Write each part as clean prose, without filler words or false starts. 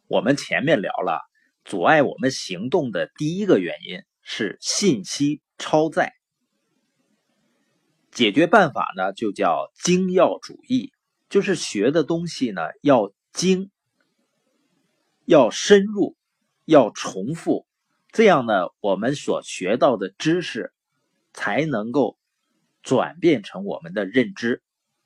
我们前面聊了，阻碍我们行动的第一个原因是信息超载。解决办法呢，就叫精要主义，就是学的东西呢要精，要深入，要重复，这样呢，我们所学到的知识才能够转变成我们的认知。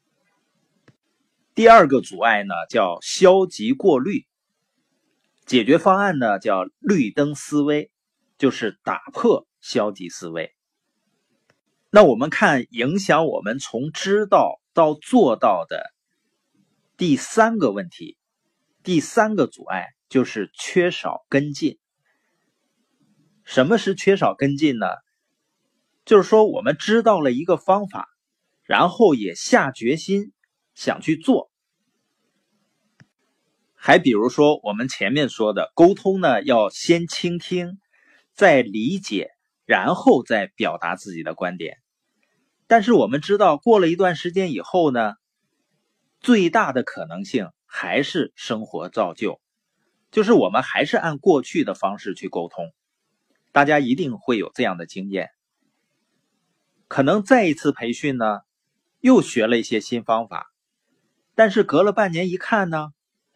第二个阻碍呢，叫消极过滤。解决方案呢，叫绿灯思维，就是打破消极思维。那我们看影响我们从知道到做到的第三个问题，第三个阻碍就是缺少跟进。什么是缺少跟进呢？就是说我们知道了一个方法，然后也下决心想去做。还比如说我们前面说的沟通呢，要先倾听，再理解，然后再表达自己的观点。但是我们知道过了一段时间以后呢，最大的可能性还是生活照旧，就是我们还是按过去的方式去沟通。大家一定会有这样的经验，可能再一次培训呢，又学了一些新方法，但是隔了半年一看呢，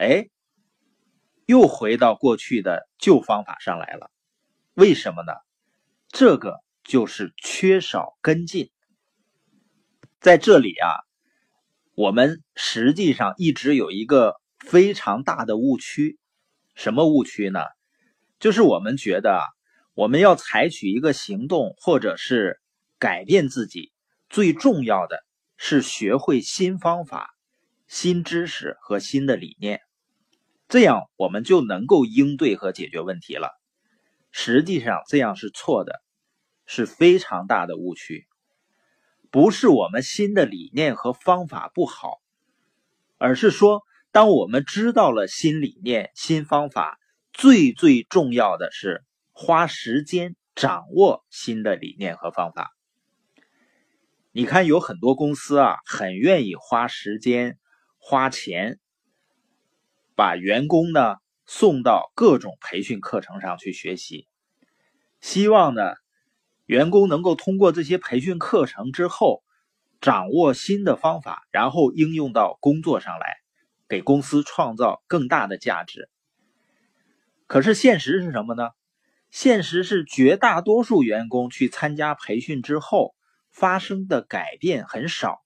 又回到过去的旧方法上来了。为什么呢？这个就是缺少跟进。在这里啊，我们实际上一直有一个非常大的误区。什么误区呢？就是我们觉得我们要采取一个行动或者是改变自己，最重要的是学会新方法、新知识和新的理念，这样我们就能够应对和解决问题了。实际上这样是错的，是非常大的误区。不是我们新的理念和方法不好，而是说当我们知道了新理念、新方法，最重要的是花时间掌握新的理念和方法。你看有很多公司啊，很愿意花时间、花钱，把员工呢送到各种培训课程上去学习，希望呢员工能够通过这些培训课程之后，掌握新的方法，然后应用到工作上来，给公司创造更大的价值。可是现实是什么呢？现实是绝大多数员工去参加培训之后，发生的改变很少。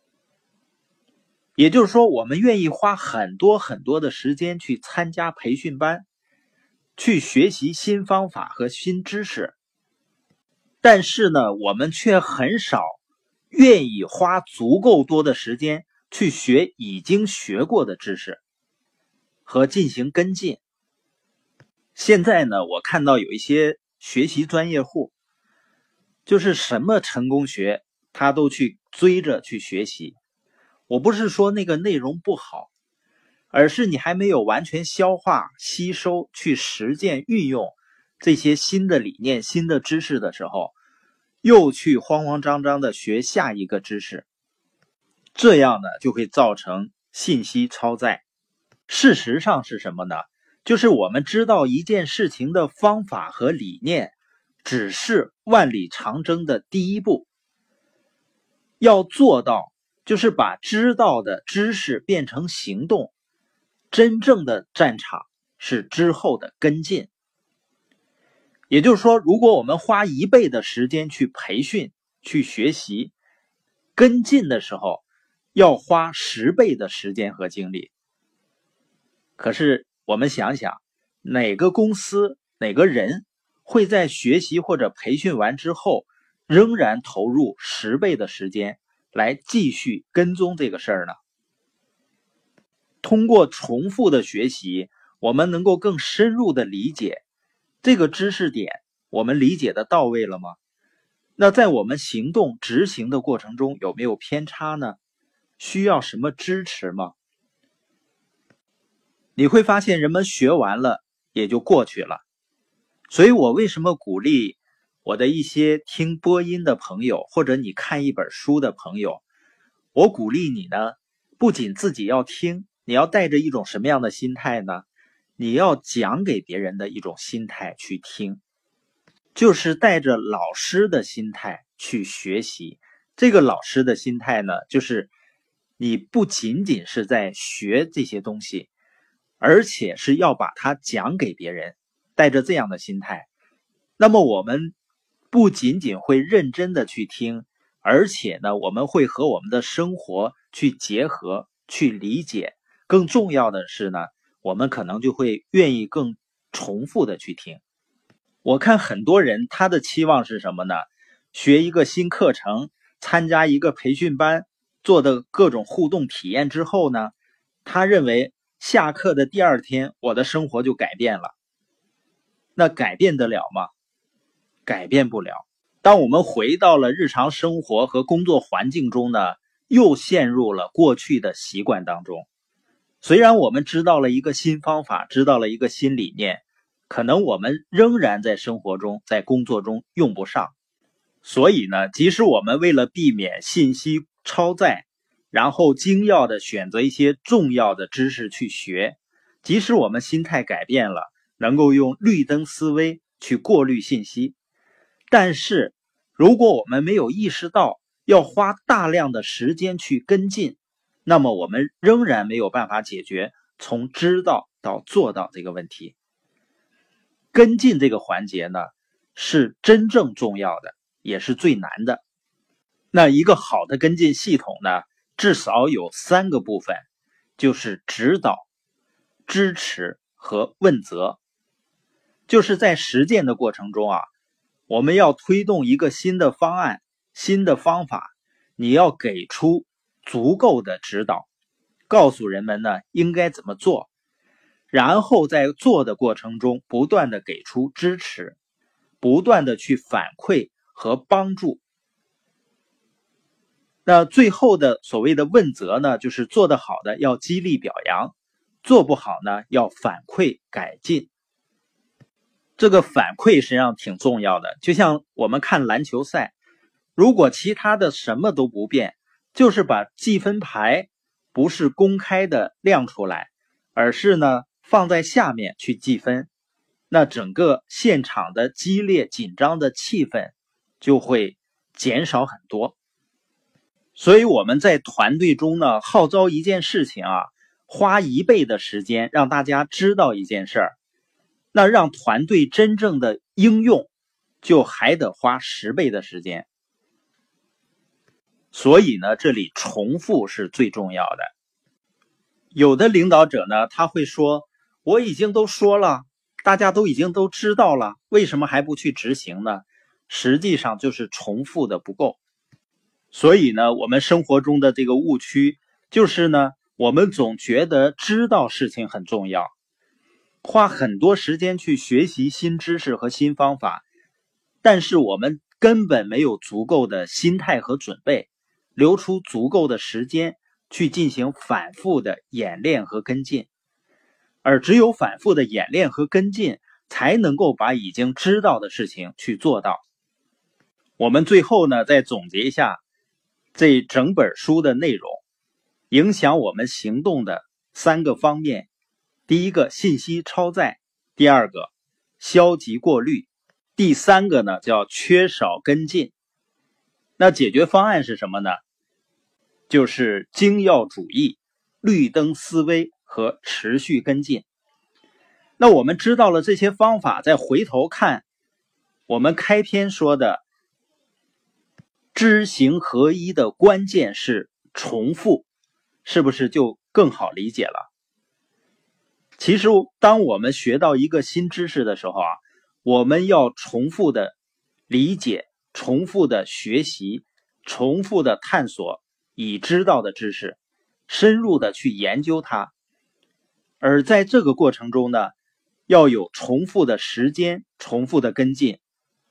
也就是说，我们愿意花很多的时间去参加培训班，去学习新方法和新知识，但是呢，我们却很少愿意花足够多的时间去学已经学过的知识和进行跟进。现在呢，我看到有一些学习专业户，就是什么成功学他都去追着去学习。我不是说那个内容不好，而是你还没有完全消化、吸收、去实践、运用这些新的理念、新的知识的时候，又去慌慌张张的学下一个知识，这样呢就会造成信息超载。事实上是什么呢？就是我们知道一件事情的方法和理念，只是万里长征的第一步。要做到，就是把知道的知识变成行动，真正的战场是之后的跟进。也就是说，如果我们花1倍的时间去培训、去学习，跟进的时候要花10倍的时间和精力。可是我们想想，哪个公司、哪个人会在学习或者培训完之后，仍然投入10倍的时间来继续跟踪这个事儿呢？通过重复的学习，我们能够更深入的理解这个知识点，我们理解的到位了吗？那在我们行动执行的过程中有没有偏差呢？需要什么支持吗？你会发现人们学完了也就过去了。所以我为什么鼓励我的一些听播音的朋友，或者你看一本书的朋友，我鼓励你呢，不仅自己要听，你要带着一种什么样的心态呢？ 你要讲给别人的一种心态去听，就是带着老师的心态去学习。这个老师的心态呢，就是你不仅仅是在学这些东西，而且是要把它讲给别人，带着这样的心态。那么我们不仅仅会认真的去听，而且呢，我们会和我们的生活去结合，去理解。更重要的是呢，我们可能就会愿意更重复的去听。我看很多人他的期望是什么呢？学一个新课程，参加一个培训班，做的各种互动体验之后呢，他认为下课的第二天我的生活就改变了。那改变得了吗？改变不了。当我们回到了日常生活和工作环境中呢，又陷入了过去的习惯当中。虽然我们知道了一个新方法，知道了一个新理念，可能我们仍然在生活中，在工作中用不上。所以呢，即使我们为了避免信息超载，然后精要的选择一些重要的知识去学，即使我们心态改变了，能够用绿灯思维去过滤信息，但是如果我们没有意识到要花大量的时间去跟进，那么我们仍然没有办法解决从知道到做到这个问题。跟进这个环节呢，是真正重要的，也是最难的。那一个好的跟进系统呢，至少有3个部分，就是指导、支持和问责。就是在实践的过程中啊，我们要推动一个新的方案、新的方法，你要给出足够的指导，告诉人们呢应该怎么做，然后在做的过程中不断的给出支持，不断的去反馈和帮助。那最后的所谓的问责呢，就是做得好的要激励表扬，做不好呢要反馈改进。这个反馈实际上挺重要的，就像我们看篮球赛，如果其他的什么都不变，就是把计分牌不是公开的亮出来，而是呢放在下面去计分，那整个现场的激烈紧张的气氛就会减少很多。所以我们在团队中呢，号召一件事情啊，花1倍的时间让大家知道一件事儿，那让团队真正的应用就还得花10倍的时间。所以呢，这里重复是最重要的。有的领导者呢，他会说，我已经都说了，大家都已经都知道了，为什么还不去执行呢？实际上就是重复的不够。所以呢，我们生活中的这个误区就是呢，我们总觉得知道事情很重要，花很多时间去学习新知识和新方法，但是我们根本没有足够的心态和准备，留出足够的时间去进行反复的演练和跟进。而只有反复的演练和跟进，才能够把已经知道的事情去做到。我们最后呢，再总结一下这整本书的内容，影响我们行动的3个方面。第一个，信息超载；第二个，消极过滤；第3个呢，叫缺少跟进。那解决方案是什么呢？就是精要主义、绿灯思维和持续跟进。那我们知道了这些方法，再回头看我们开篇说的知行合一的关键是重复，是不是就更好理解了？其实当我们学到一个新知识的时候啊，我们要重复的理解，重复的学习，重复的探索已知道的知识，深入的去研究它。而在这个过程中呢，要有重复的时间，重复的跟进。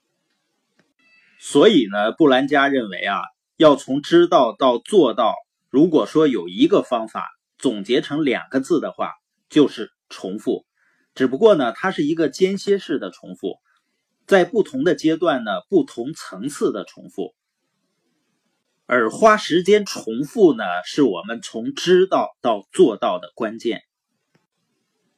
所以呢，布兰加认为啊，要从知道到做到，如果说有一个方法总结成2个字的话，就是重复。只不过呢，它是一个间歇式的重复，在不同的阶段呢，不同层次的重复。而花时间重复呢，是我们从知道到做到的关键。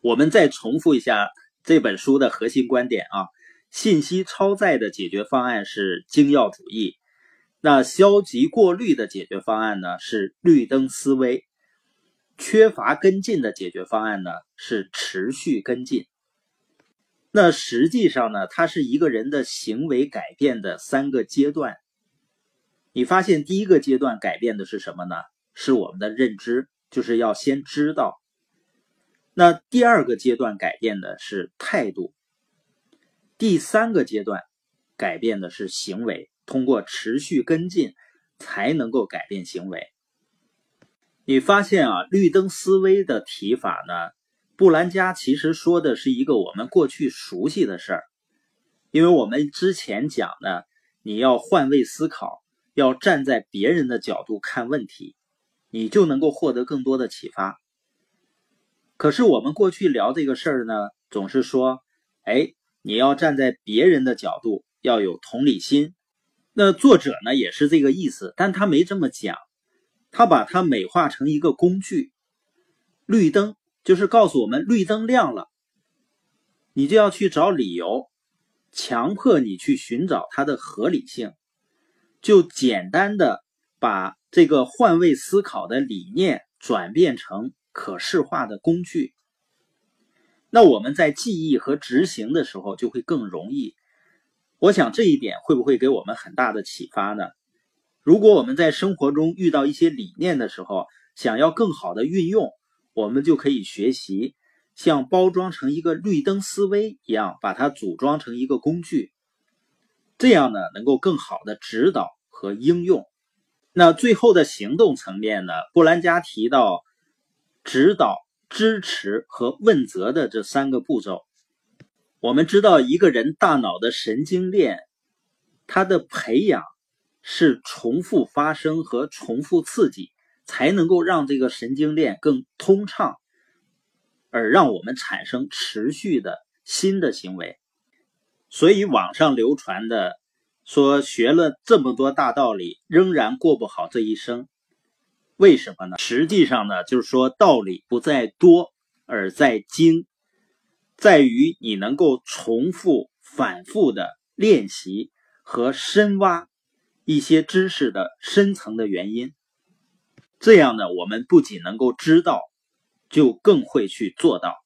我们再重复一下这本书的核心观点啊，信息超载的解决方案是精要主义，那消极过滤的解决方案呢是绿灯思维，缺乏跟进的解决方案呢是持续跟进。那实际上呢，它是一个人的行为改变的3个阶段。你发现第一个阶段改变的是什么呢？是我们的认知，就是要先知道。那第2个阶段改变的是态度，第3个阶段改变的是行为，通过持续跟进才能够改变行为。你发现啊，绿灯思维的提法呢，布兰加其实说的是一个我们过去熟悉的事儿，因为我们之前讲的，你要换位思考，要站在别人的角度看问题，你就能够获得更多的启发。可是我们过去聊这个事儿呢，总是说，你要站在别人的角度，要有同理心。那作者呢也是这个意思，但他没这么讲，他把它美化成一个工具。绿灯就是告诉我们，绿灯亮了，你就要去找理由，强迫你去寻找它的合理性，就简单的把这个换位思考的理念转变成可视化的工具。那我们在记忆和执行的时候就会更容易。我想这一点会不会给我们很大的启发呢？如果我们在生活中遇到一些理念的时候，想要更好的运用，我们就可以学习像包装成一个绿灯思维一样，把它组装成一个工具，这样呢能够更好的指导和应用。那最后的行动层面呢，布兰加提到指导、支持和问责的这3个步骤。我们知道一个人大脑的神经链，它的培养是重复发生和重复刺激，才能够让这个神经链更通畅，而让我们产生持续的新的行为。所以网上流传的说学了这么多大道理，仍然过不好这一生，为什么呢？实际上呢，就是说道理不在多，而在精，在于你能够重复反复的练习和深挖一些知识的深层的原因。这样呢，我们不仅能够知道，就更会去做到。